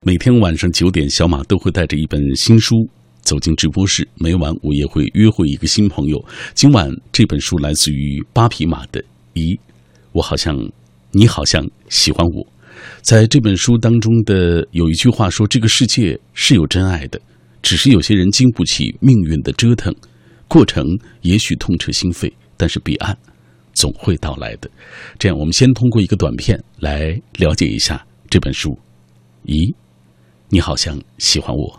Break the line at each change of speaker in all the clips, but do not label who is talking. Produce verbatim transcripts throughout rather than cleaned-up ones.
每天晚上九点，小马都会带着一本新书走进直播室，每晚我也会约会一个新朋友。今晚这本书来自于八匹马的《咦，我好像，你好像喜欢我》。在这本书当中的有一句话说，这个世界是有真爱的，只是有些人经不起命运的折腾，过程也许痛彻心扉，但是彼岸总会到来的。这样，我们先通过一个短片来了解一下这本书。咦，你好像喜欢我。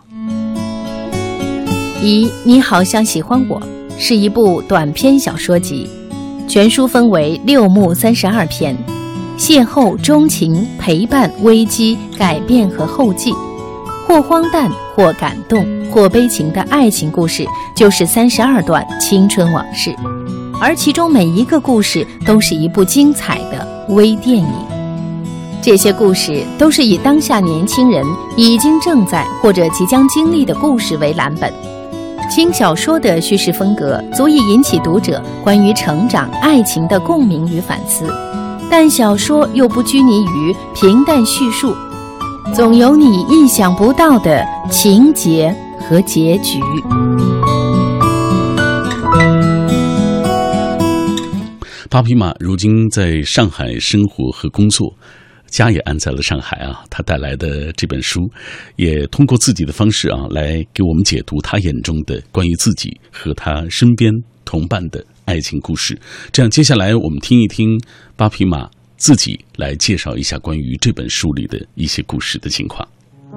咦，你好像喜欢我是一部短篇小说集，全书分为六幕三十二篇，邂逅、钟情、陪伴、危机、改变和后记，或荒诞，或感动，或悲情的爱情故事，就是三十二段青春往事。而其中每一个故事都是一部精彩的微电影。这些故事都是以当下年轻人已经正在或者即将经历的故事为蓝本。轻小说的叙事风格足以引起读者关于成长、爱情的共鸣与反思，但小说又不拘泥于平淡叙述，总有你意想不到的情节和结局。
八匹马如今在上海生活和工作，家也安在了上海啊。他带来的这本书，也通过自己的方式啊，来给我们解读他眼中的关于自己和他身边同伴的爱情故事。这样，接下来我们听一听八匹马自己来介绍一下关于这本书里的一些故事的情况。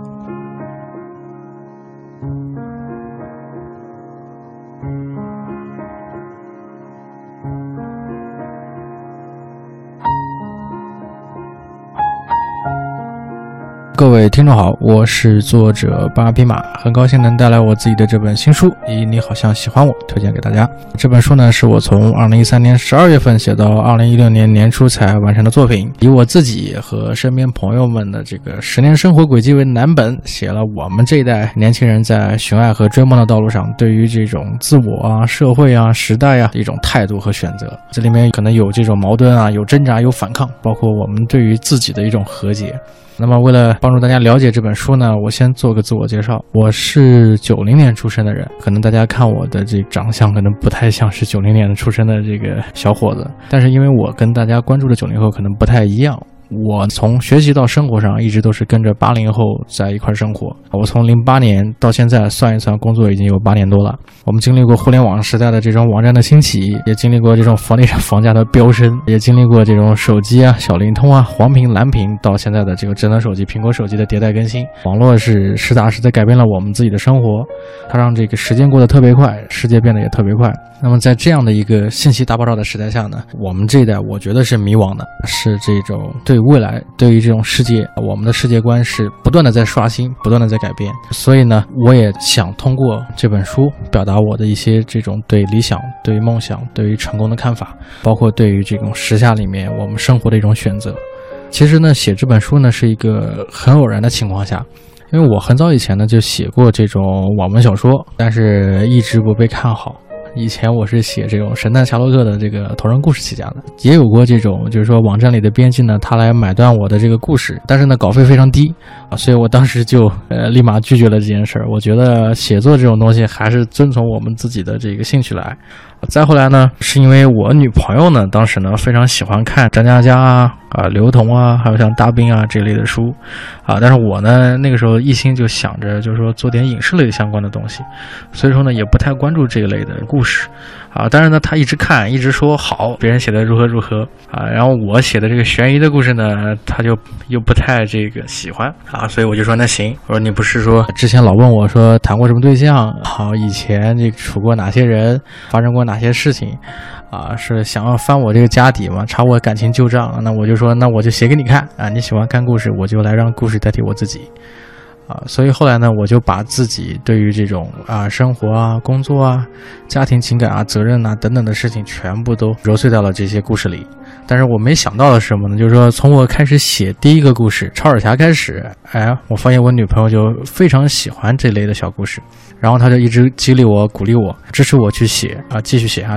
各位听众好，我是作者八匹马，很高兴能带来我自己的这本新书《咦，你好像喜欢我》，推荐给大家。这本书呢，是我从二零一三年十二月份写到二零一六年年初才完成的作品，以我自己和身边朋友们的这个十年生活轨迹为蓝本，写了我们这一代年轻人在寻爱和追梦的道路上对于这种自我啊、社会啊、时代啊一种态度和选择。这里面可能有这种矛盾啊，有挣扎，有反抗，包括我们对于自己的一种和解。那么为了帮助大家了解这本书呢，我先做个自我介绍。我是九零年出生的人，可能大家看我的这长相可能不太像是九零年出生的这个小伙子，但是因为我跟大家关注的九零后可能不太一样，我从学习到生活上一直都是跟着八零后在一块生活。我从零八年到现在算一算，工作已经有八年多了。我们经历过互联网时代的这种网站的兴起，也经历过这种房地产房价的飙升，也经历过这种手机啊、小灵通啊、黄屏、蓝屏，到现在的这个智能手机、苹果手机的迭代更新。网络是实打实的改变了我们自己的生活，它让这个时间过得特别快，世界变得也特别快。那么在这样的一个信息大爆炸的时代下呢，我们这一代我觉得是迷惘的，是这种对未来，对于这种世界，我们的世界观是不断的在刷新，不断的在改变。所以呢，我也想通过这本书表达我的一些这种对理想、对于梦想、对于成功的看法，包括对于这种时下里面我们生活的一种选择。其实呢，写这本书呢是一个很偶然的情况下，因为我很早以前呢就写过这种网文小说，但是一直不被看好。以前我是写这种神探夏洛克的这个同人故事起家的，也有过这种就是说网站里的编辑呢，他来买断我的这个故事，但是呢稿费非常低啊，所以我当时就呃立马拒绝了这件事儿。我觉得写作这种东西还是遵从我们自己的这个兴趣来。再后来呢，是因为我女朋友呢，当时呢非常喜欢看张嘉佳啊、啊刘同啊，还有像大兵啊这类的书啊，但是我呢那个时候一心就想着就是说做点影视类相关的东西，所以说呢也不太关注这一类的故事啊。但是呢他一直看，一直说好，别人写的如何如何啊，然后我写的这个悬疑的故事呢，他就又不太这个喜欢啊，所以我就说那行，我说你不是说之前老问我说谈过什么对象，好，以前这处过哪些人，发生过哪些事情啊，是想要翻我这个家底嘛，查我感情旧账，那我就说那我就写给你看啊，你喜欢看故事，我就来让故事代替我自己啊。所以后来呢，我就把自己对于这种啊生活啊、工作啊、家庭情感啊、责任啊等等的事情全部都揉碎到了这些故事里。但是我没想到的是什么呢？就是说从我开始写第一个故事超尔侠开始，哎，我发现我女朋友就非常喜欢这类的小故事，然后她就一直激励我、鼓励我、支持我去写啊，继续写下去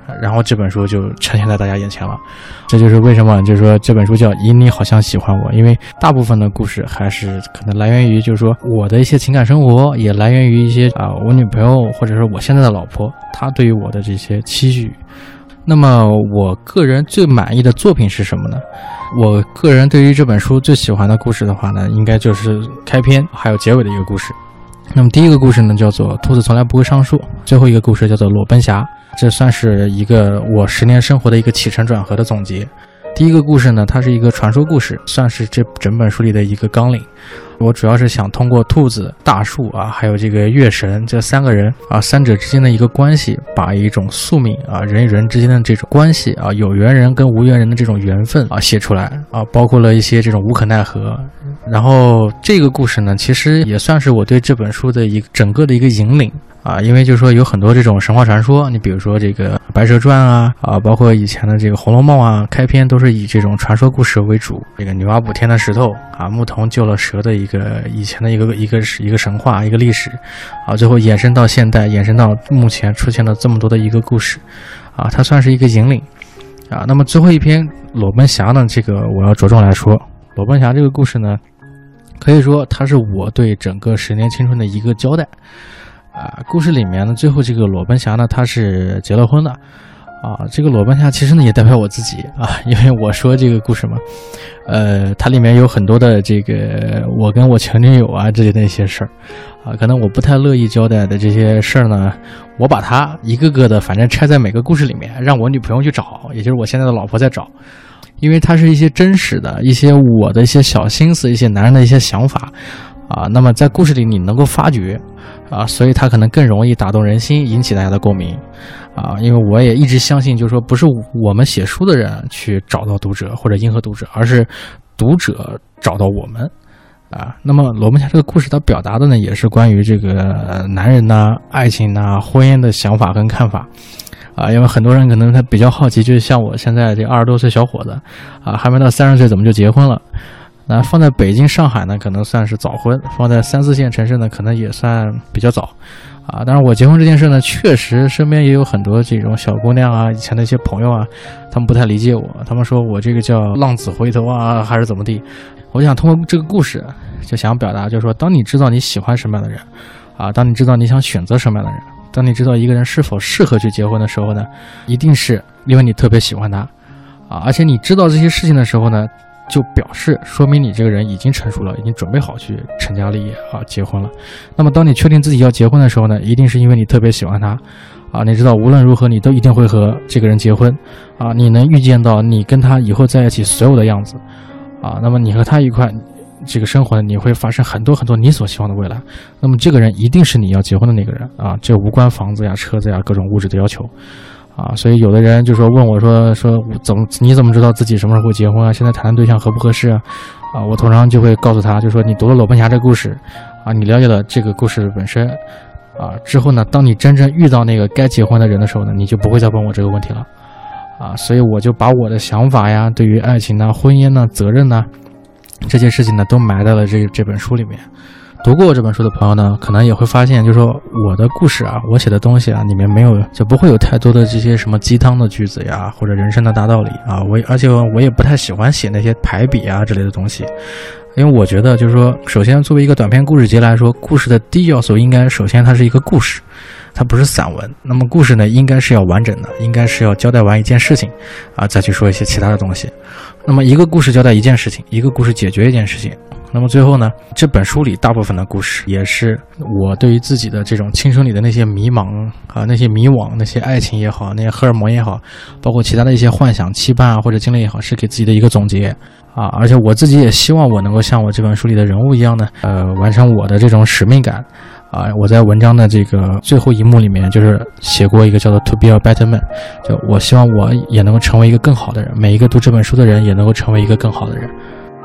然后这本书就呈现在大家眼前了。这就是为什么就是说这本书叫以你好像喜欢我，因为大部分的故事还是可能来源于就是说我的一些情感生活，也来源于一些啊我女朋友或者是我现在的老婆她对于我的这些期许。那么我个人最满意的作品是什么呢？我个人对于这本书最喜欢的故事的话呢，应该就是开篇还有结尾的一个故事。那么第一个故事呢叫做兔子从来不会上树，最后一个故事叫做裸奔侠，这算是一个我十年生活的一个起承转合的总结。第一个故事呢，它是一个传说故事，算是这整本书里的一个纲领。我主要是想通过兔子、大树啊，还有这个月神这三个人啊，三者之间的一个关系，把一种宿命啊，人与人之间的这种关系啊，有缘人跟无缘人的这种缘分啊，写出来啊，包括了一些这种无可奈何。然后这个故事呢，其实也算是我对这本书的一个整个的一个引领。啊，因为就是说有很多这种神话传说，你比如说这个白蛇传啊，啊，包括以前的这个红楼梦啊，开篇都是以这种传说故事为主。这个女娲补天的石头啊，牧童救了蛇的一个以前的一个一个一个神话一个历史，啊，最后衍生到现代，衍生到目前出现了这么多的一个故事，啊，它算是一个引领。啊，那么最后一篇裸奔侠呢，这个我要着重来说，裸奔侠这个故事呢，可以说它是我对整个十年青春的一个交代。啊，故事里面呢，最后这个裸奔侠呢，他是结了婚的，啊，这个裸奔侠其实呢也代表我自己啊，因为我说这个故事嘛，呃，它里面有很多的这个我跟我前女友啊之类的一些事儿，啊，可能我不太乐意交代的这些事儿呢，我把它一个个的反正拆在每个故事里面，让我女朋友去找，也就是我现在的老婆在找。因为它是一些真实的一些我的一些小心思，一些男人的一些想法啊，那么在故事里你能够发掘啊，所以它可能更容易打动人心，引起大家的共鸣啊。因为我也一直相信，就是说不是我们写书的人去找到读者或者迎合读者，而是读者找到我们啊。那么裸奔侠这个故事它表达的呢，也是关于这个男人呐、爱情呐、婚姻的想法跟看法。啊，因为很多人可能他比较好奇，就像我现在这二十多岁小伙子，啊，还没到三十岁怎么就结婚了？那放在北京、上海呢，可能算是早婚；放在三四线城市呢，可能也算比较早。啊，当然我结婚这件事呢，确实身边也有很多这种小姑娘啊，以前的一些朋友啊，他们不太理解我，他们说我这个叫浪子回头啊，还是怎么地？我想通过这个故事，就想表达，就是说，当你知道你喜欢什么样的人，啊，当你知道你想选择什么样的人。当你知道一个人是否适合去结婚的时候呢，一定是因为你特别喜欢他啊，而且你知道这些事情的时候呢，就表示说明你这个人已经成熟了，已经准备好去成家立业啊，结婚了。那么当你确定自己要结婚的时候呢，一定是因为你特别喜欢他啊，你知道无论如何你都一定会和这个人结婚啊，你能预见到你跟他以后在一起所有的样子啊，那么你和他一块这个生活呢，你会发生很多很多你所希望的未来。那么这个人一定是你要结婚的那个人啊，这无关房子呀、车子呀、各种物质的要求啊。所以有的人就说问我说说怎么你怎么知道自己什么时候会结婚啊？现在谈的对象合不合适啊？啊，我通常就会告诉他，就说你读了《裸奔侠》这个故事啊，你了解了这个故事本身啊之后呢，当你真正遇到那个该结婚的人的时候呢，你就不会再问我这个问题了啊。所以我就把我的想法呀，对于爱情啊、婚姻啊、责任啊。这些事情呢，都埋在了这这本书里面。读过这本书的朋友呢，可能也会发现，就是说我的故事啊，我写的东西啊，里面没有，就不会有太多的这些什么鸡汤的句子呀，或者人生的大道理啊。我而且我也不太喜欢写那些排比啊之类的东西，因为我觉得就是说，首先作为一个短篇故事集来说，故事的第一要素应该首先它是一个故事。它不是散文，那么故事呢，应该是要完整的，应该是要交代完一件事情啊，再去说一些其他的东西。那么一个故事交代一件事情，一个故事解决一件事情。那么最后呢，这本书里大部分的故事也是我对于自己的这种青春里的那些迷茫啊，那些迷惘，那些爱情也好，那些荷尔蒙也好，包括其他的一些幻想、期盼啊或者经历也好，是给自己的一个总结啊。而且我自己也希望我能够像我这本书里的人物一样呢，呃，完成我的这种使命感。啊，我在文章的这个最后一幕里面，就是写过一个叫做 "To be a better man"， 就我希望我也能够成为一个更好的人，每一个读这本书的人也能够成为一个更好的人。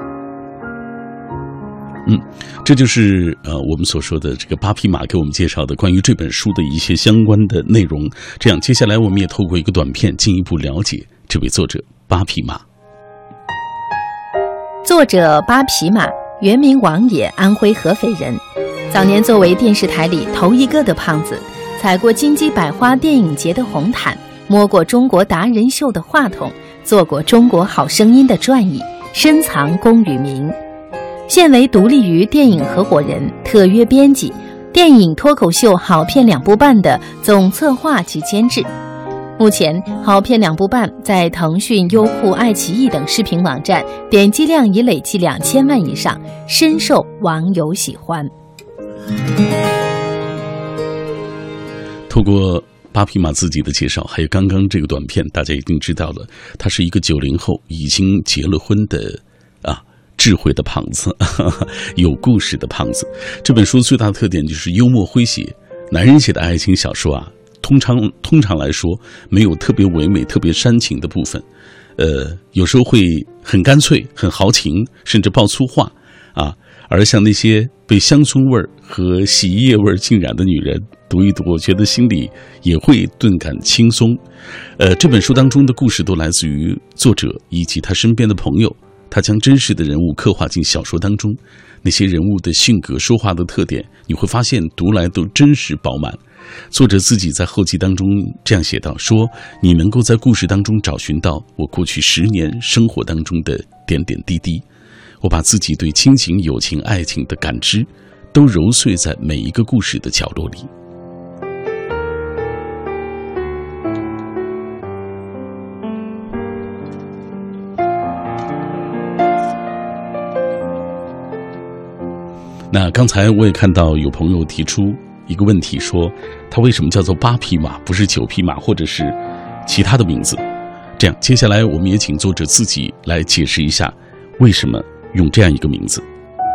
嗯，这就是呃我们所说的这个八匹马给我们介绍的关于这本书的一些相关的内容。这样，接下来我们也透过一个短片进一步了解这位作者八匹马。
作者八匹马，原名王野，安徽合肥人。早年作为电视台里头一个的胖子，踩过金鸡百花电影节的红毯， 摸过中国达人秀的话筒，做过中国好声音的转椅，深藏功与名。现为独立于电影合伙人、特约编辑、电影脱口秀好片两部半的总策划及监制。目前好片两部半在腾讯、优酷、爱奇艺等视频网站点击量已累计两千万以上，深受网友喜欢。
透过八匹马自己的介绍，还有刚刚这个短片，大家一定知道了，他是一个九零后已经结了婚的啊智慧的胖子，呵呵，有故事的胖子。这本书最大的特点就是幽默诙谐。男人写的爱情小说啊，通常通常来说没有特别唯美、特别煽情的部分，呃，有时候会很干脆、很豪情，甚至爆粗话啊。而像那些被香椿味和洗衣液味浸染的女人，读一读，我觉得心里也会顿感轻松。呃，这本书当中的故事都来自于作者以及他身边的朋友，他将真实的人物刻画进小说当中，那些人物的性格、说话的特点，你会发现读来都真实饱满。作者自己在后记当中这样写道，说你能够在故事当中找寻到我过去十年生活当中的点点滴滴，我把自己对亲情、友情、爱情的感知都揉碎在每一个故事的角落里。那刚才我也看到有朋友提出一个问题，说他为什么叫做八匹马，不是九匹马或者是其他的名字。这样接下来我们也请作者自己来解释一下为什么用这样一个名字。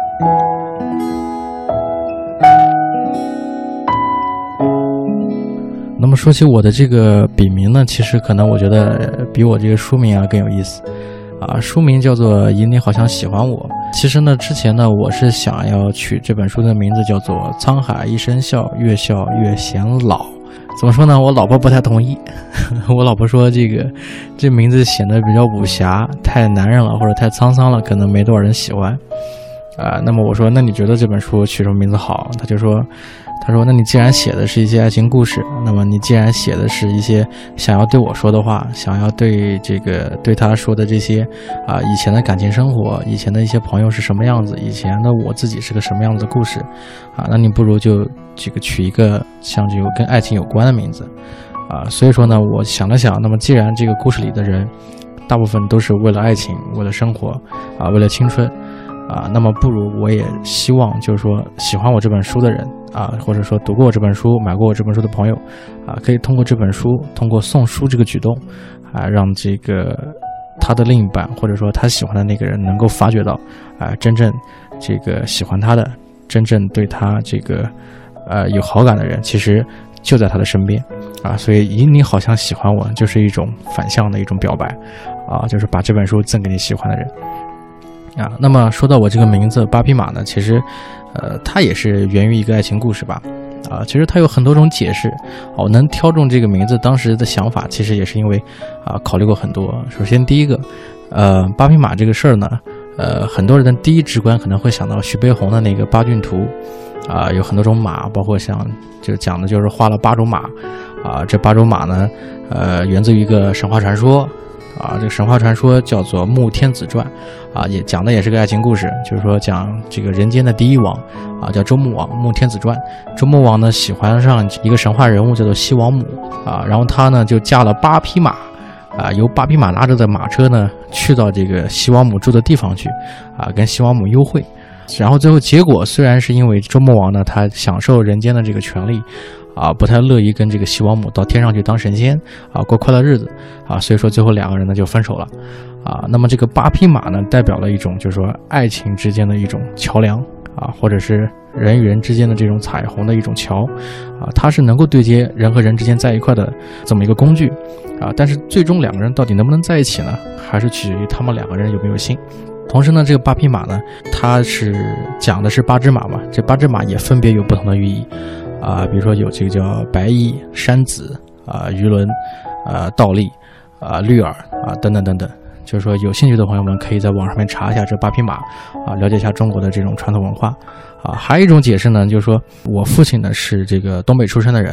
那么说起我的这个笔名呢，其实可能我觉得比我这个书名啊更有意思啊。书名叫做《以你好像喜欢我》。其实呢，之前呢，我是想要取这本书的名字叫做《沧海一声笑，越笑越显老》。怎么说呢？我老婆不太同意。我老婆说这个这名字显得比较武侠，太男人了，或者太沧桑了，可能没多少人喜欢。啊、呃，那么我说，那你觉得这本书取什么名字好？他就说，他说，那你既然写的是一些爱情故事，那么你既然写的是一些想要对我说的话，想要对这个对他说的这些啊、呃，以前的感情生活，以前的一些朋友是什么样子，以前的我自己是个什么样子的故事，啊，那你不如就这个取一个像这个跟爱情有关的名字，啊，所以说呢，我想了想，那么既然这个故事里的人大部分都是为了爱情，为了生活，啊，为了青春。啊，那么不如我也希望就是说喜欢我这本书的人啊，或者说读过我这本书、买过我这本书的朋友啊，可以通过这本书，通过送书这个举动啊，让这个他的另一半或者说他喜欢的那个人能够发觉到啊，真正这个喜欢他的、真正对他这个呃有好感的人，其实就在他的身边啊。所以以你好像喜欢我，就是一种反向的一种表白啊，就是把这本书赠给你喜欢的人。啊，那么说到我这个名字八匹马呢，其实，呃，它也是源于一个爱情故事吧。啊，其实它有很多种解释。我能挑中这个名字，当时的想法其实也是因为啊，考虑过很多。首先第一个，呃，八匹马这个事儿呢，呃，很多人的第一直观可能会想到徐悲鸿的那个八骏图，啊，有很多种马，包括像就讲的就是画了八种马，啊，这八种马呢，呃，源自于一个神话传说。啊，这个神话传说叫做《穆天子传》，啊，也讲的也是个爱情故事，就是说讲这个人间的第一王，啊，叫周穆王，《穆天子传》。周穆王呢喜欢上一个神话人物叫做西王母，啊，然后他呢就驾了八匹马，啊，由八匹马拉着的马车呢去到这个西王母住的地方去，啊，跟西王母幽会。然后最后结果虽然是因为周穆王呢他享受人间的这个权利。啊，不太乐意跟这个西王母到天上去当神仙啊，过快乐日子啊，所以说最后两个人呢就分手了啊。那么这个八匹马呢，代表了一种就是说爱情之间的一种桥梁啊，或者是人与人之间的这种彩虹的一种桥啊，它是能够对接人和人之间在一块的这么一个工具啊。但是最终两个人到底能不能在一起呢，还是取决于他们两个人有没有心。同时呢，这个八匹马呢，它是讲的是八只马嘛，这八只马也分别有不同的寓意。啊，比如说有这个叫白衣、山子啊、鱼轮、啊倒立、啊绿耳啊等等等等，就是说有兴趣的朋友们可以在网上面查一下这八匹马啊，了解一下中国的这种传统文化啊。还有一种解释呢，就是说我父亲呢是这个东北出生的人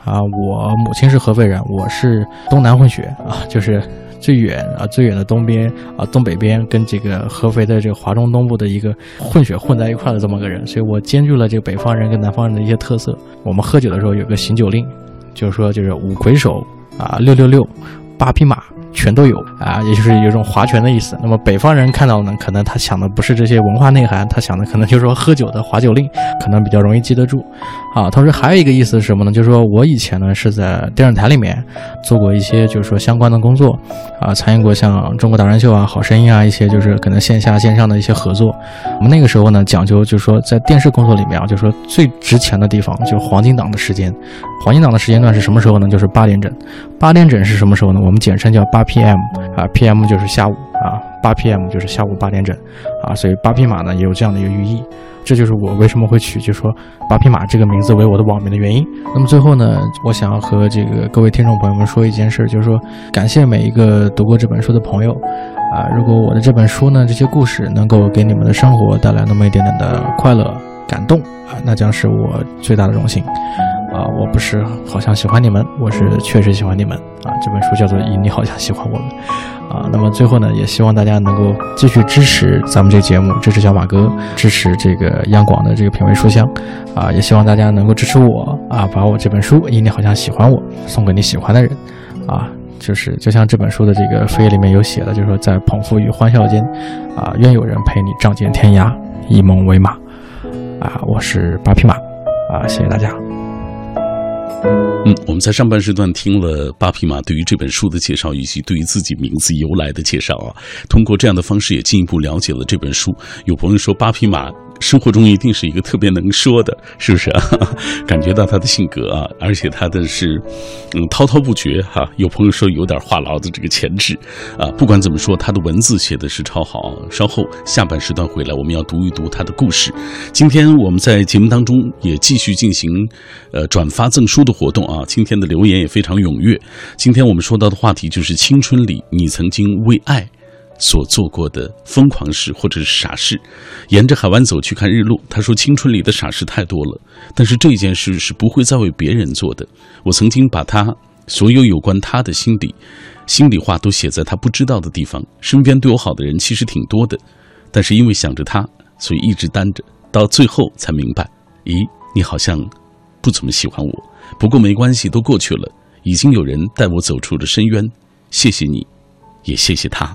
啊，我母亲是合肥人，我是东南混血啊，就是最远啊最远的东边啊东北边跟这个合肥的这个华中东部的一个混血混在一块的这么个人，所以我兼具了这个北方人跟南方人的一些特色。我们喝酒的时候有个醒酒令，就是说就是五魁首啊六六六八匹马全都有啊，也就是有种划拳的意思。那么北方人看到呢，可能他想的不是这些文化内涵，他想的可能就是说喝酒的划酒令，可能比较容易记得住啊。同时还有一个意思是什么呢？就是说我以前呢是在电视台里面做过一些就是说相关的工作啊，参与过像中国达人秀啊、好声音啊一些就是可能线下线上的一些合作。我们那个时候呢讲究就是说在电视工作里面啊，就是说最值钱的地方就是黄金档的时间。黄金档的时间段是什么时候呢？就是八点整。八点整是什么时候呢？我们简称叫八 P M 啊 ，P M 就是下午啊，八 P M 就是下午八点整啊，所以八匹马呢也有这样的一个寓意。这就是我为什么会取就说八匹马这个名字为我的网名的原因。那么最后呢，我想要和这个各位听众朋友们说一件事，就是说感谢每一个读过这本书的朋友啊，如果我的这本书呢这些故事能够给你们的生活带来那么一点点的快乐感动啊，那将是我最大的荣幸。啊，我不是好像喜欢你们，我是确实喜欢你们啊。这本书叫做《以你好像喜欢我们》啊。那么最后呢，也希望大家能够继续支持咱们这个节目，支持小马哥，支持这个央广的这个品味书香啊。也希望大家能够支持我啊，把我这本书《以你好像喜欢我》送给你喜欢的人啊。就是就像这本书的这个扉页里面有写的，就是说在捧腹与欢笑间啊，愿有人陪你仗剑天涯，以梦为马啊。我是八匹马啊，谢谢大家。
嗯，我们在上半时段听了八匹马对于这本书的介绍，以及对于自己名字由来的介绍啊。通过这样的方式，也进一步了解了这本书。有朋友说，八匹马生活中一定是一个特别能说的，是不是啊？感觉到他的性格啊，而且他的是嗯滔滔不绝哈、啊。有朋友说有点话痨的这个潜质啊。不管怎么说，他的文字写的是超好。稍后下半时段回来，我们要读一读他的故事。今天我们在节目当中也继续进行呃转发赠书的活动啊。今天的留言也非常踊跃。今天我们说到的话题就是青春里你曾经为爱所做过的疯狂事或者是傻事。沿着海湾走去看日落，他说青春里的傻事太多了，但是这件事是不会再为别人做的。我曾经把他所有有关他的心底心里话都写在他不知道的地方。身边对我好的人其实挺多的，但是因为想着他，所以一直单着，到最后才明白，咦，你好像不怎么喜欢我。不过没关系，都过去了，已经有人带我走出了深渊。谢谢你，也谢谢他。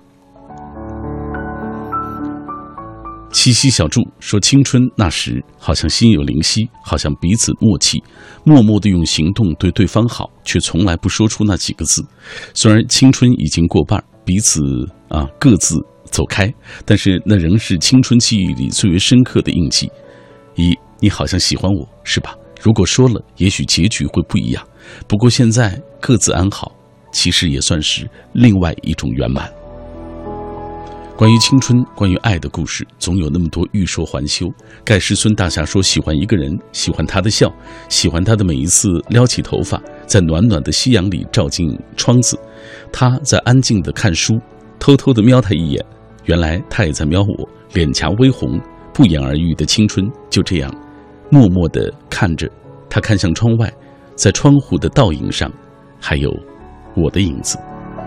七夕小祝说，青春那时好像心有灵犀，好像彼此默契，默默地用行动对对方好，却从来不说出那几个字。虽然青春已经过半，彼此啊各自走开，但是那仍是青春记忆里最为深刻的印记。一，你好像喜欢我，是吧？如果说了，也许结局会不一样。不过现在各自安好，其实也算是另外一种圆满。关于青春，关于爱的故事，总有那么多欲说还休。盖世孙大侠说，喜欢一个人，喜欢他的笑，喜欢他的每一次撩起头发，在暖暖的夕阳里照进窗子，他在安静地看书，偷偷地瞄他一眼，原来他也在瞄我，脸颊微红，不言而喻的青春就这样默默地看着。他看向窗外，在窗户的倒影上还有我的影子。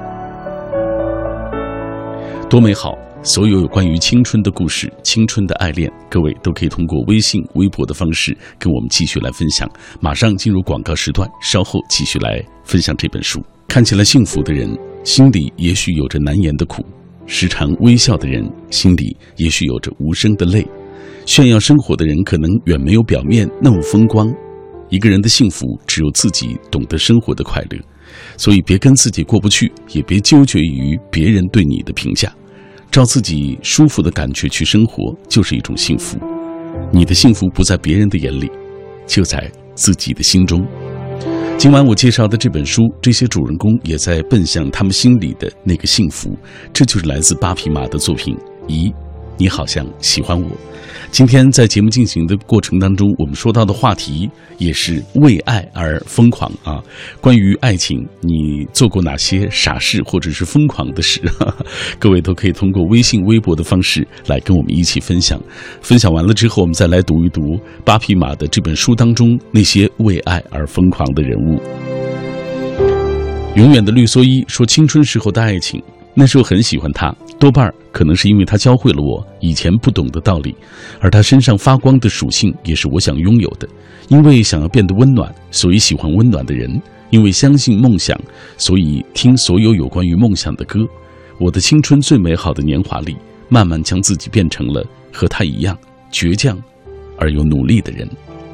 多美好！所有有关于青春的故事，青春的爱恋，各位都可以通过微信微博的方式跟我们继续来分享。马上进入广告时段，稍后继续来分享这本书。看起来幸福的人，心里也许有着难言的苦；时常微笑的人，心里也许有着无声的泪。炫耀生活的人，可能远没有表面那么风光。一个人的幸福，只有自己懂得生活的快乐。所以别跟自己过不去，也别纠结于别人对你的评价，照自己舒服的感觉去生活，就是一种幸福。你的幸福不在别人的眼里，就在自己的心中。今晚我介绍的这本书，这些主人公也在奔向他们心里的那个幸福，这就是来自八匹马的作品《咦， 你好像喜欢我。今天在节目进行的过程当中，我们说到的话题也是为爱而疯狂啊。关于爱情，你做过哪些傻事或者是疯狂的事？各位都可以通过微信、微博的方式来跟我们一起分享。分享完了之后，我们再来读一读八匹马的这本书当中那些为爱而疯狂的人物。永远的绿蓑衣说，青春时候的爱情，那时候很喜欢他，多半可能是因为他教会了我以前不懂的道理，而他身上发光的属性也是我想拥有的。因为想要变得温暖，所以喜欢温暖的人；因为相信梦想，所以听所有有关于梦想的歌。我的青春最美好的年华里，慢慢将自己变成了和他一样倔强而又努力的人。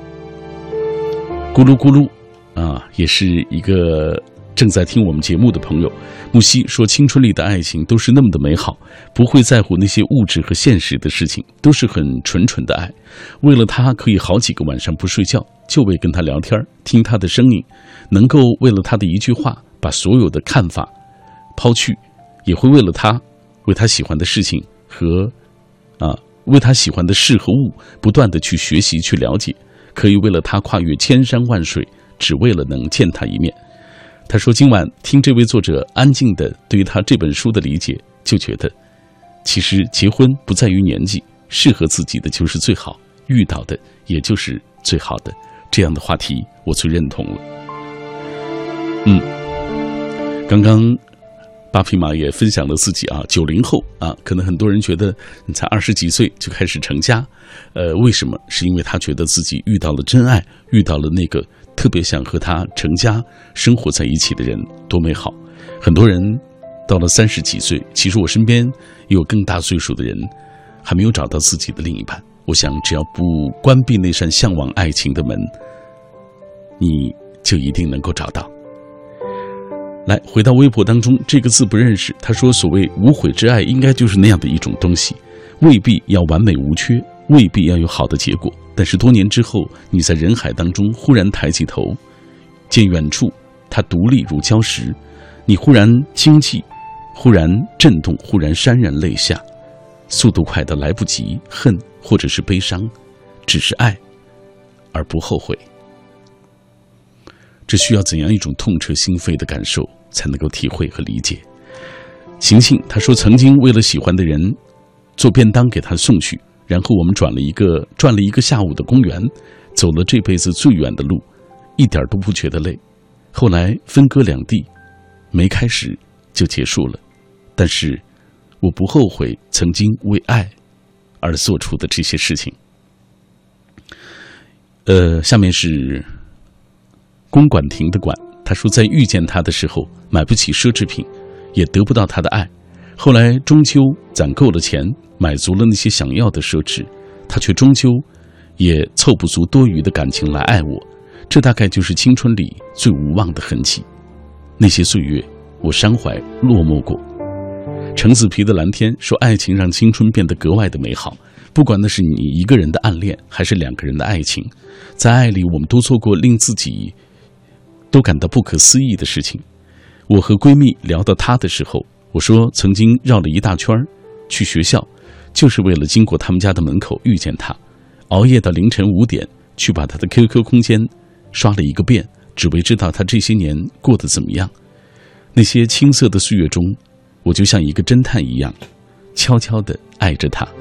咕噜咕噜啊，也是一个正在听我们节目的朋友。木西说，青春里的爱情都是那么的美好，不会在乎那些物质和现实的事情，都是很纯纯的爱。为了他可以好几个晚上不睡觉，就为跟他聊天，听他的声音，能够为了他的一句话把所有的看法抛去，也会为了他，为他喜欢的事情和啊为他喜欢的事和物不断的去学习去了解，可以为了他跨越千山万水，只为了能见他一面。他说，今晚听这位作者安静的对于他这本书的理解，就觉得其实结婚不在于年纪，适合自己的就是最好，遇到的也就是最好的。这样的话题我最认同了。嗯，刚刚八匹马也分享了自己啊，九零后啊，可能很多人觉得你才二十几岁就开始成家，呃，为什么？是因为他觉得自己遇到了真爱，遇到了那个特别想和他成家生活在一起的人，多美好。很多人到了三十几岁，其实我身边也有更大岁数的人还没有找到自己的另一半。我想只要不关闭那扇向往爱情的门，你就一定能够找到。来，回到微博当中，这个字不认识。他说，所谓无悔之爱应该就是那样的一种东西，未必要完美无缺，未必要有好的结果，但是多年之后，你在人海当中忽然抬起头，见远处它独立如礁石，你忽然惊悸，忽然震动，忽然潸然泪下，速度快得来不及恨或者是悲伤，只是爱而不后悔。这需要怎样一种痛彻心扉的感受才能够体会和理解？晴晴他说，曾经为了喜欢的人做便当给他送去，然后我们转了一个转了一个下午的公园，走了这辈子最远的路，一点都不觉得累。后来分隔两地，没开始就结束了，但是我不后悔曾经为爱而做出的这些事情。呃，下面是公馆亭的馆，他说，在遇见他的时候买不起奢侈品，也得不到他的爱，后来终究攒够了钱，买足了那些想要的奢侈，他却终究也凑不足多余的感情来爱我。这大概就是青春里最无望的痕迹。那些岁月我伤怀落寞过。橙子皮的蓝天说，爱情让青春变得格外的美好，不管那是你一个人的暗恋还是两个人的爱情，在爱里我们都做过令自己都感到不可思议的事情。我和闺蜜聊到她的时候，我说曾经绕了一大圈去学校，就是为了经过他们家的门口遇见她，熬夜到凌晨五点去把她的 Q Q 空间刷了一个遍，只为知道她这些年过得怎么样。那些青涩的岁月中，我就像一个侦探一样，悄悄地爱着她。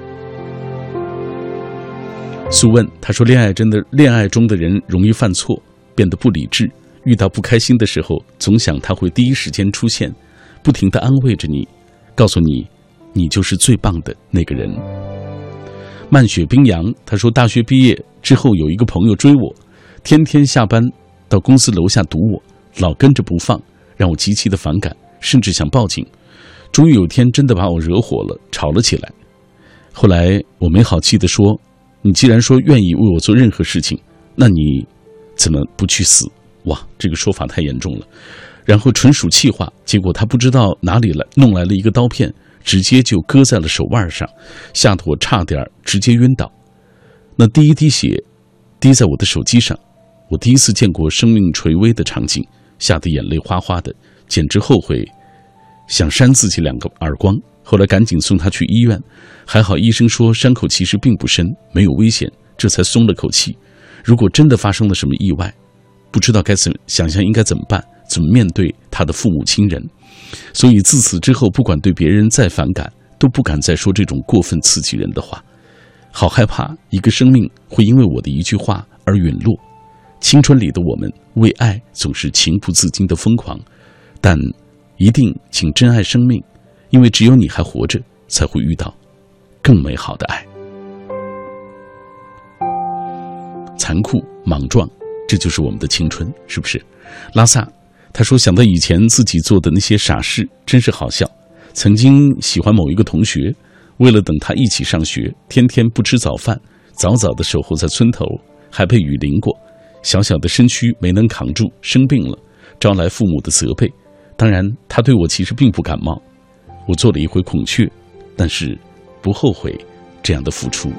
素问他说，恋爱真的恋爱中的人容易犯错，变得不理智，遇到不开心的时候，总想他会第一时间出现，不停地安慰着你，告诉你你就是最棒的那个人。漫雪冰洋他说，大学毕业之后有一个朋友追我，天天下班到公司楼下堵我，老跟着不放，让我极其的反感，甚至想报警。终于有天真的把我惹火了，吵了起来。后来我没好气地说，你既然说愿意为我做任何事情，那你怎么不去死？哇，这个说法太严重了。然后纯属气话，结果他不知道哪里来弄来了一个刀片，直接就割在了手腕上，吓得我差点直接晕倒。那第一滴血滴在我的手机上，我第一次见过生命垂危的场景，吓得眼泪哗哗的，简直后悔想扇自己两个耳光。 后来赶紧送他去医院，还好医生说伤口其实并不深，没有危险，这才松了口气。如果真的发生了什么意外，不知道该怎想象应该怎么办，怎么面对他的父母亲人。所以自此之后，不管对别人再反感，都不敢再说这种过分刺激人的话。好害怕一个生命会因为我的一句话而陨落。青春里的我们为爱总是情不自禁的疯狂，但一定请珍爱生命，因为只有你还活着，才会遇到更美好的爱。残酷莽撞，这就是我们的青春，是不是？拉萨他说，想到以前自己做的那些傻事，真是好笑。曾经喜欢某一个同学，为了等他一起上学，天天不吃早饭，早早的守候在村头，还被雨淋过，小小的身躯没能扛住，生病了，招来父母的责备。当然他对我其实并不感冒，我做了一回孔雀，但是不后悔这样的付出。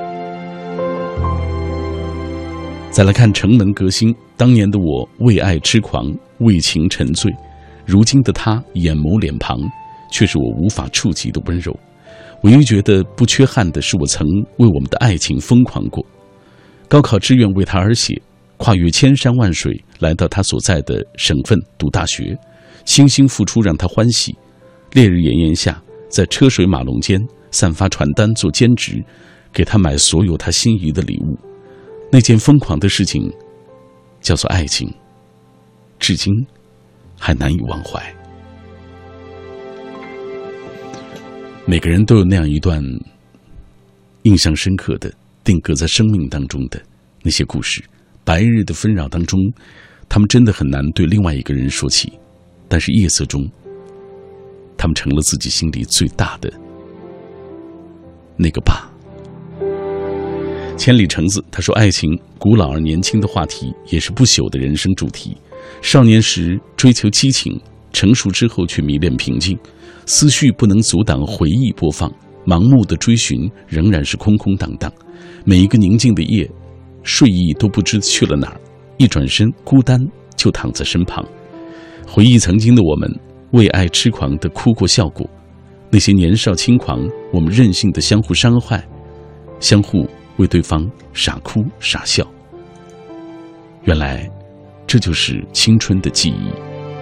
再来看城门革新，当年的我为爱痴狂，为情沉醉，如今的他眼眸脸庞却是我无法触及的温柔。唯一觉得不缺憾的是，我曾为我们的爱情疯狂过。高考志愿为他而写，跨越千山万水来到他所在的省份读大学，倾心付出让他欢喜。烈日炎炎下，在车水马龙间散发传单做兼职，给他买所有他心仪的礼物。那件疯狂的事情叫做爱情，至今还难以忘怀。每个人都有那样一段印象深刻的定格在生命当中的那些故事，白日的纷扰当中，他们真的很难对另外一个人说起，但是夜色中，他们成了自己心里最大的那个疤。千里橙子他说，爱情古老而年轻的话题，也是不朽的人生主题。少年时追求激情，成熟之后却迷恋平静，思绪不能阻挡回忆播放，盲目的追寻仍然是空空荡荡。每一个宁静的夜，睡意都不知去了哪儿，一转身孤单就躺在身旁。回忆曾经的我们，为爱痴狂的哭过笑过，那些年少轻狂，我们任性的相互伤害，相互为对方傻哭傻笑。原来这就是青春的记忆。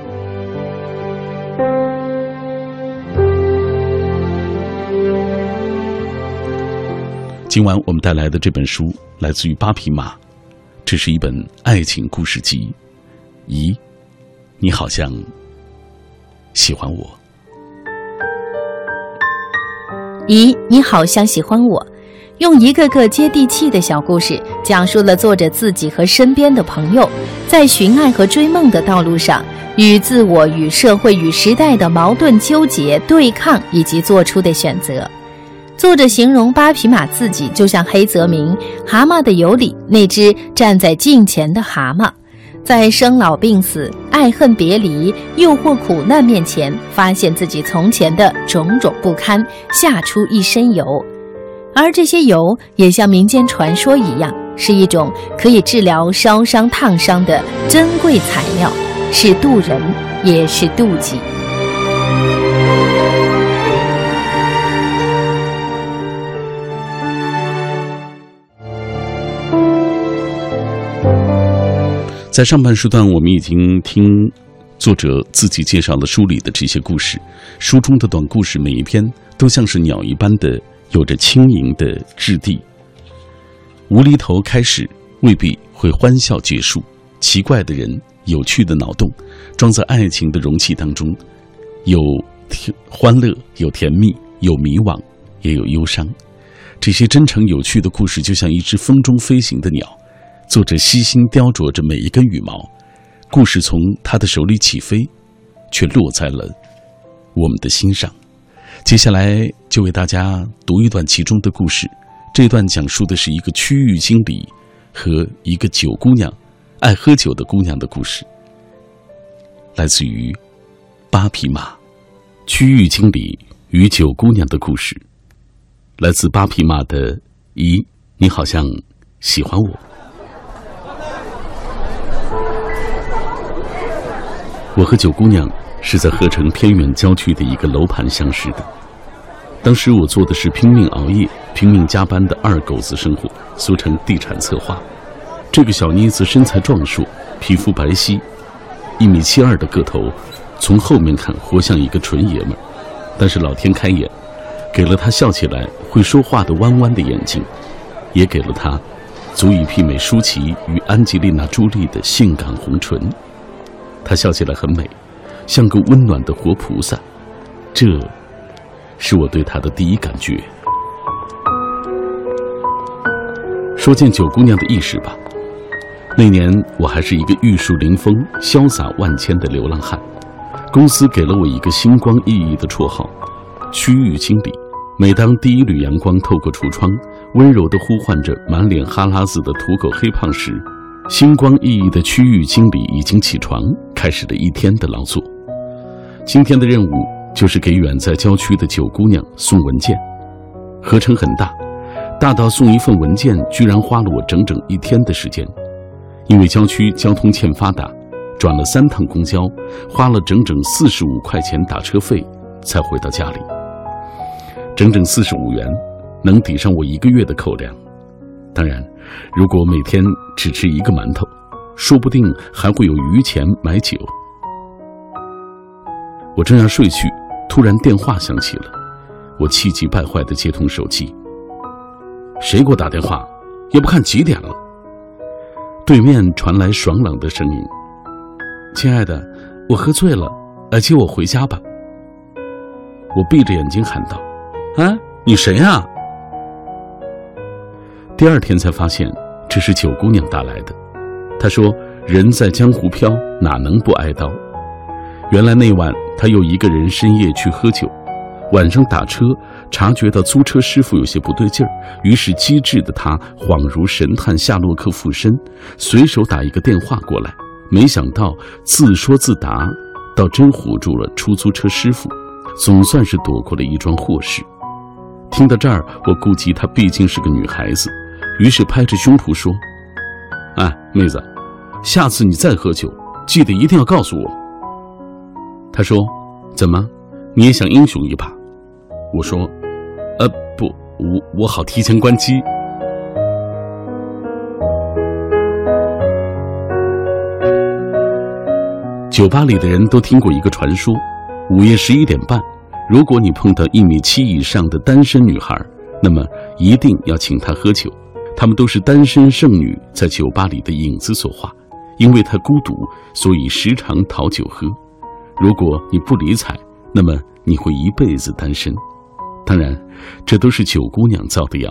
今晚我们带来的这本书来自于八匹马，这是一本爱情故事集。咦，你好像喜欢我。
咦，你好像喜欢我。用一个个接地气的小故事，讲述了作者自己和身边的朋友在寻爱和追梦的道路上，与自我、与社会、与时代的矛盾纠结、对抗以及做出的选择。作者形容八匹马自己就像黑泽明《蛤蟆的有理》那只站在镜前的蛤蟆，在生老病死、爱恨别离、诱惑苦难面前，发现自己从前的种种不堪，吓出一身油。而这些油也像民间传说一样，是一种可以治疗烧伤烫伤的珍贵材料，是渡人也是妒忌。
在上半时段，我们已经听作者自己介绍了书里的这些故事。书中的短故事每一篇都像是鸟一般的有着轻盈的质地，无厘头开始未必会欢笑结束，奇怪的人，有趣的脑洞，装在爱情的容器当中，有欢乐，有甜蜜，有迷惘，也有忧伤。这些真诚有趣的故事就像一只风中飞行的鸟，作者悉心雕琢着每一根羽毛，故事从他的手里起飞，却落在了我们的心上。接下来就为大家读一段其中的故事。这段讲述的是一个区域经理和一个酒姑娘，爱喝酒的姑娘的故事，来自于八匹马。区域经理与酒姑娘的故事，来自八匹马的咦，你好像喜欢我。我和九姑娘是在河城偏远郊区的一个楼盘相识的。 当时我做的是拼命熬夜、拼命加班的二狗子生活，俗称地产策划。这个小妮子身材壮硕，皮肤白皙，一米七二的个头，从后面看活像一个纯爷们儿。但是老天开眼，给了她笑起来会说话的弯弯的眼睛，也给了她足以媲美舒淇与安吉丽娜·朱莉的性感红唇。她笑起来很美，像个温暖的活菩萨。这是我对她的第一感觉。说件九姑娘的轶事吧。那年我还是一个玉树临风、潇洒万千的流浪汉，公司给了我一个星光熠熠的绰号——区域经理。每当第一缕阳光透过橱窗，温柔地呼唤着满脸哈喇子的土狗黑胖时，星光熠熠的区域经理已经起床，开始了一天的劳作。今天的任务就是给远在郊区的九姑娘送文件，合成很大，大到送一份文件居然花了我整整一天的时间。因为郊区交通欠发达，转了三趟公交，花了整整四十五块钱打车费才回到家里。整整四十五元，能抵上我一个月的口粮。当然，如果每天只吃一个馒头，说不定还会有余钱买酒。我正要睡去，突然电话响起了，我气急败坏地接通手机。谁给我打电话？也不看几点了。对面传来爽朗的声音：“亲爱的，我喝醉了，来接我回家吧。”我闭着眼睛喊道：“啊，你谁啊？”第二天才发现这是九姑娘打来的。她说：“人在江湖飘，哪能不挨刀？”原来那晚她又一个人深夜去喝酒，晚上打车察觉到租车师傅有些不对劲儿，于是机智的他恍如神探夏洛克附身，随手打一个电话过来，没想到自说自答，倒真唬住了出租车师傅，总算是躲过了一桩祸事。听到这儿，我顾及她毕竟是个女孩子，于是拍着胸脯说：“哎，妹子，下次你再喝酒，记得一定要告诉我。”她说：“怎么，你也想英雄一把？”我说：“呃，不，我我好提前关机。”酒吧里的人都听过一个传说：午夜十一点半，如果你碰到一米七以上的单身女孩，那么一定要请她喝酒。她们都是单身剩女在酒吧里的影子所化，因为她孤独，所以时常讨酒喝。如果你不理睬，那么你会一辈子单身。当然，这都是九姑娘造的谣。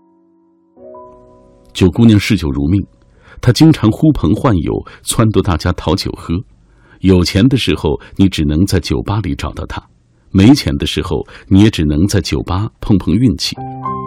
九姑娘嗜酒如命，她经常呼朋唤友，撺掇大家讨酒喝。有钱的时候，你只能在酒吧里找到她；没钱的时候，你也只能在酒吧碰碰运气。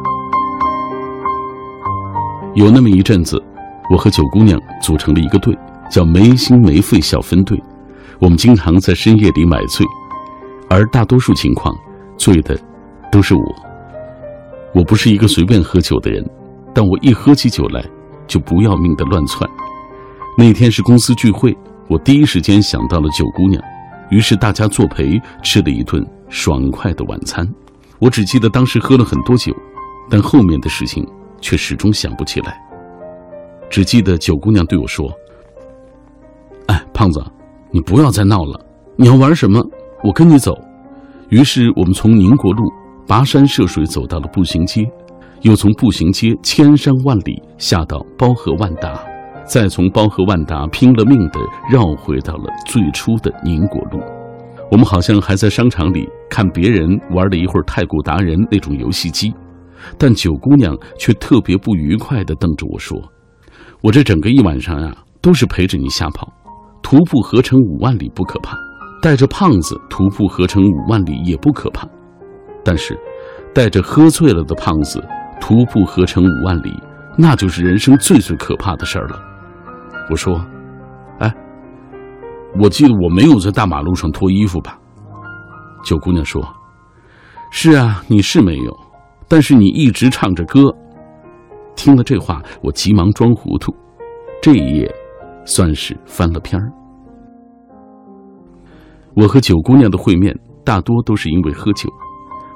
有那么一阵子，我和九姑娘组成了一个队，叫没心没肺小分队。我们经常在深夜里买醉，而大多数情况，醉的都是我。我不是一个随便喝酒的人，但我一喝起酒来就不要命的乱窜。那天是公司聚会，我第一时间想到了九姑娘，于是大家作陪吃了一顿爽快的晚餐。我只记得当时喝了很多酒，但后面的事情却始终想不起来。只记得九姑娘对我说：“哎，胖子，你不要再闹了，你要玩什么，我跟你走。”于是我们从宁国路跋山涉水走到了步行街，又从步行街千山万里下到包河万达，再从包河万达拼了命地绕回到了最初的宁国路。我们好像还在商场里看别人玩了一会儿太古达人那种游戏机，但九姑娘却特别不愉快地瞪着我说：“我这整个一晚上啊，都是陪着你瞎跑，徒步合成五万里不可怕，带着胖子徒步合成五万里也不可怕，但是带着喝醉了的胖子徒步合成五万里，那就是人生最最可怕的事儿了。”我说：“哎，我记得我没有在大马路上脱衣服吧？”九姑娘说：“是啊，你是没有，但是你一直唱着歌。”听了这话，我急忙装糊涂，这一夜算是翻了篇儿。我和九姑娘的会面大多都是因为喝酒。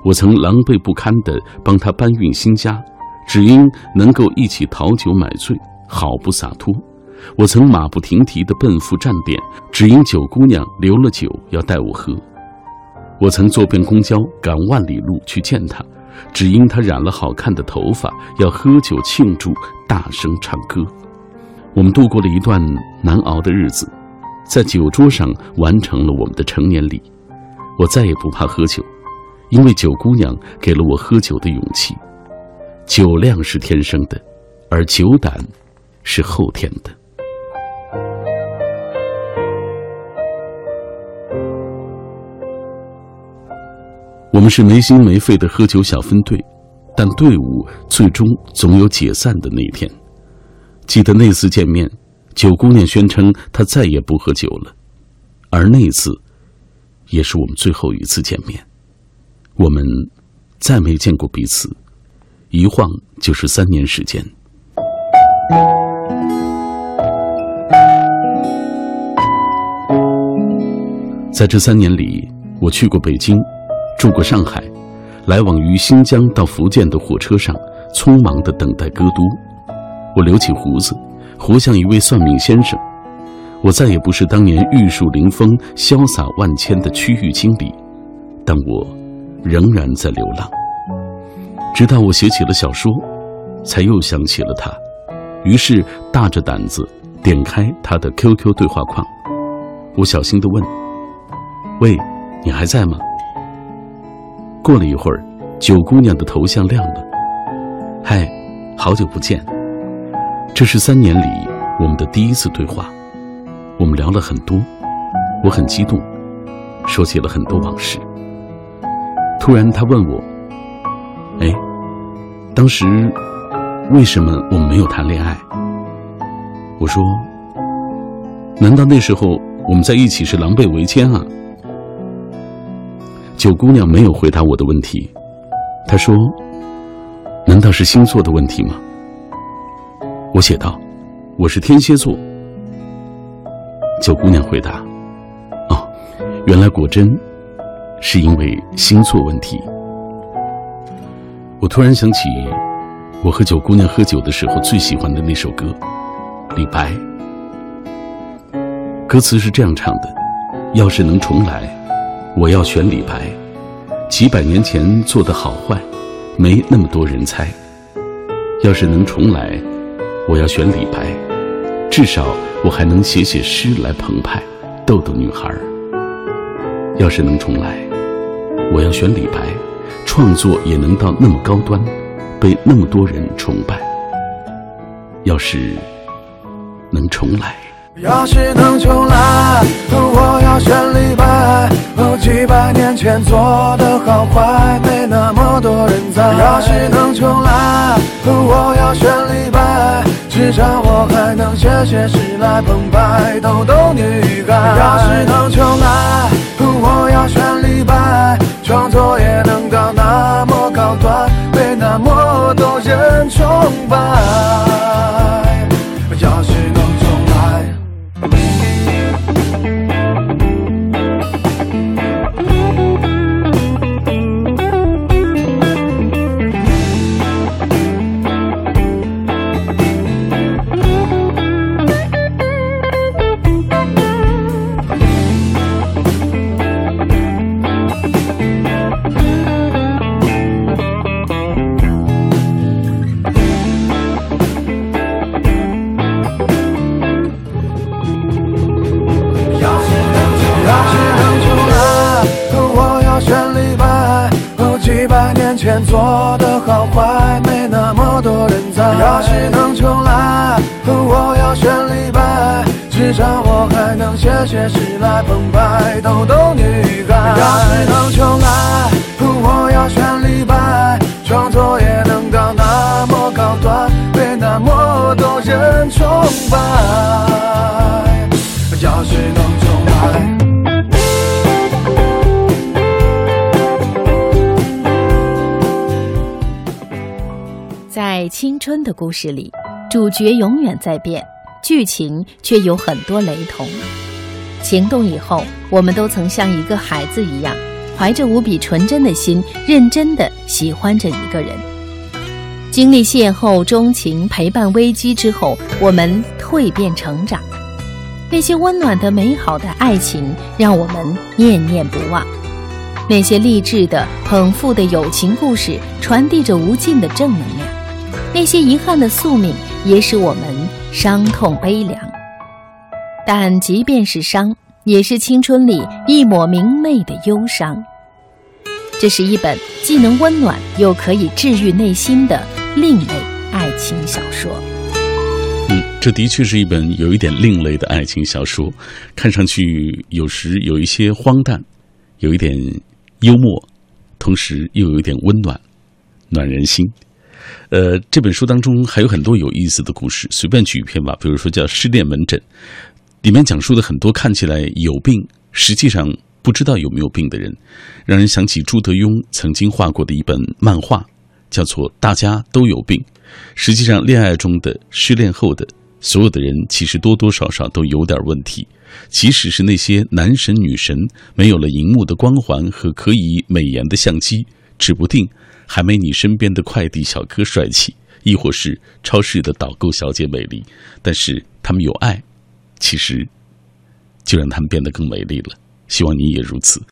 我曾狼狈不堪地帮他搬运新家，只因能够一起讨酒买醉，好不洒脱。我曾马不停蹄地奔赴站点，只因九姑娘留了酒要带我喝。我曾坐便公交赶万里路去见她，只因她染了好看的头发，要喝酒庆祝，大声唱歌。我们度过了一段难熬的日子，在酒桌上完成了我们的成年礼。我再也不怕喝酒，因为九姑娘给了我喝酒的勇气。酒量是天生的，而酒胆是后天的。我们是没心没肺的喝酒小分队，但队伍最终总有解散的那一天。记得那次见面，九姑娘宣称她再也不喝酒了，而那次也是我们最后一次见面。我们再没见过彼此，一晃就是三年时间。在这三年里，我去过北京，住过上海，来往于新疆到福建的火车上，匆忙地等待歌都。我留起胡子，活像一位算命先生。我再也不是当年玉树临风、潇洒万千的区域经理，但我仍然在流浪。直到我写起了小说，才又想起了他，于是大着胆子点开他的 Q Q 对话框。我小心地问：喂，你还在吗？过了一会儿，九姑娘的头像亮了。嗨，好久不见。这是三年里我们的第一次对话，我们聊了很多，我很激动，说起了很多往事。突然她问我：哎，当时为什么我们没有谈恋爱？我说：难道那时候我们在一起是狼狈为奸啊？九姑娘没有回答我的问题，她说：难道是星座的问题吗？我写道：我是天蝎座。九姑娘回答：哦，原来果真是因为星座问题。我突然想起我和九姑娘喝酒的时候最喜欢的那首歌《李白》。歌词是这样唱的：要是能重来，我要选李白，几百年前做的好坏没那么多人猜。要是能重来，我要选李白，至少我还能写写诗来澎湃，逗逗女孩。要是能重来，我要选李白，创作也能到那么高端，被那么多人崇拜。要是能重来，
要是能重来，我要选李白。哦，几百年前做的好坏没那么多人在。要是能重来，我要选李白，至少我还能写写诗来澎湃，逗逗女孩。要是能重来，我要选李白，创作也能到那么高端，被那么多人崇拜。要是能重来，前做的好坏没那么多人在。要是能重来，我要选李白，至少我还能写写诗来澎湃，逗逗女孩。要是能重来，我要选李白，创作也能到那么高端，被那么多人崇拜。要是能重来，
在青春的故事里，主角永远在变，剧情却有很多雷同。情动以后，我们都曾像一个孩子一样， 怀着无比纯真的心，认真地喜欢着一个人。经历邂逅、钟情、陪伴、危机之后，我们蜕变成长。那些温暖的、美好的爱情，让我们念念不忘。那些励志的、捧腹的友情故事，传递着无尽的正能量。那些遗憾的宿命，也使我们伤痛悲凉。但即便是伤，也是青春里一抹明媚的忧伤。这是一本既能温暖又可以治愈内心的另类爱情小说。
嗯，这的确是一本有一点另类的爱情小说，看上去有时有一些荒诞，有一点幽默，同时又有一点温暖，暖人心。呃，这本书当中还有很多有意思的故事，随便举一篇吧，比如说叫《失恋门诊》，里面讲述的很多看起来有病，实际上不知道有没有病的人，让人想起朱德庸曾经画过的一本漫画，叫做《大家都有病》。实际上，恋爱中的、失恋后的所有的人，其实多多少少都有点问题。即使是那些男神女神，没有了荧幕的光环和可以美颜的相机，指不定还没你身边的快递小哥帅气，亦或是超市的导购小姐美丽。但是他们有爱，其实就让他们变得更美丽了。希望你也如此。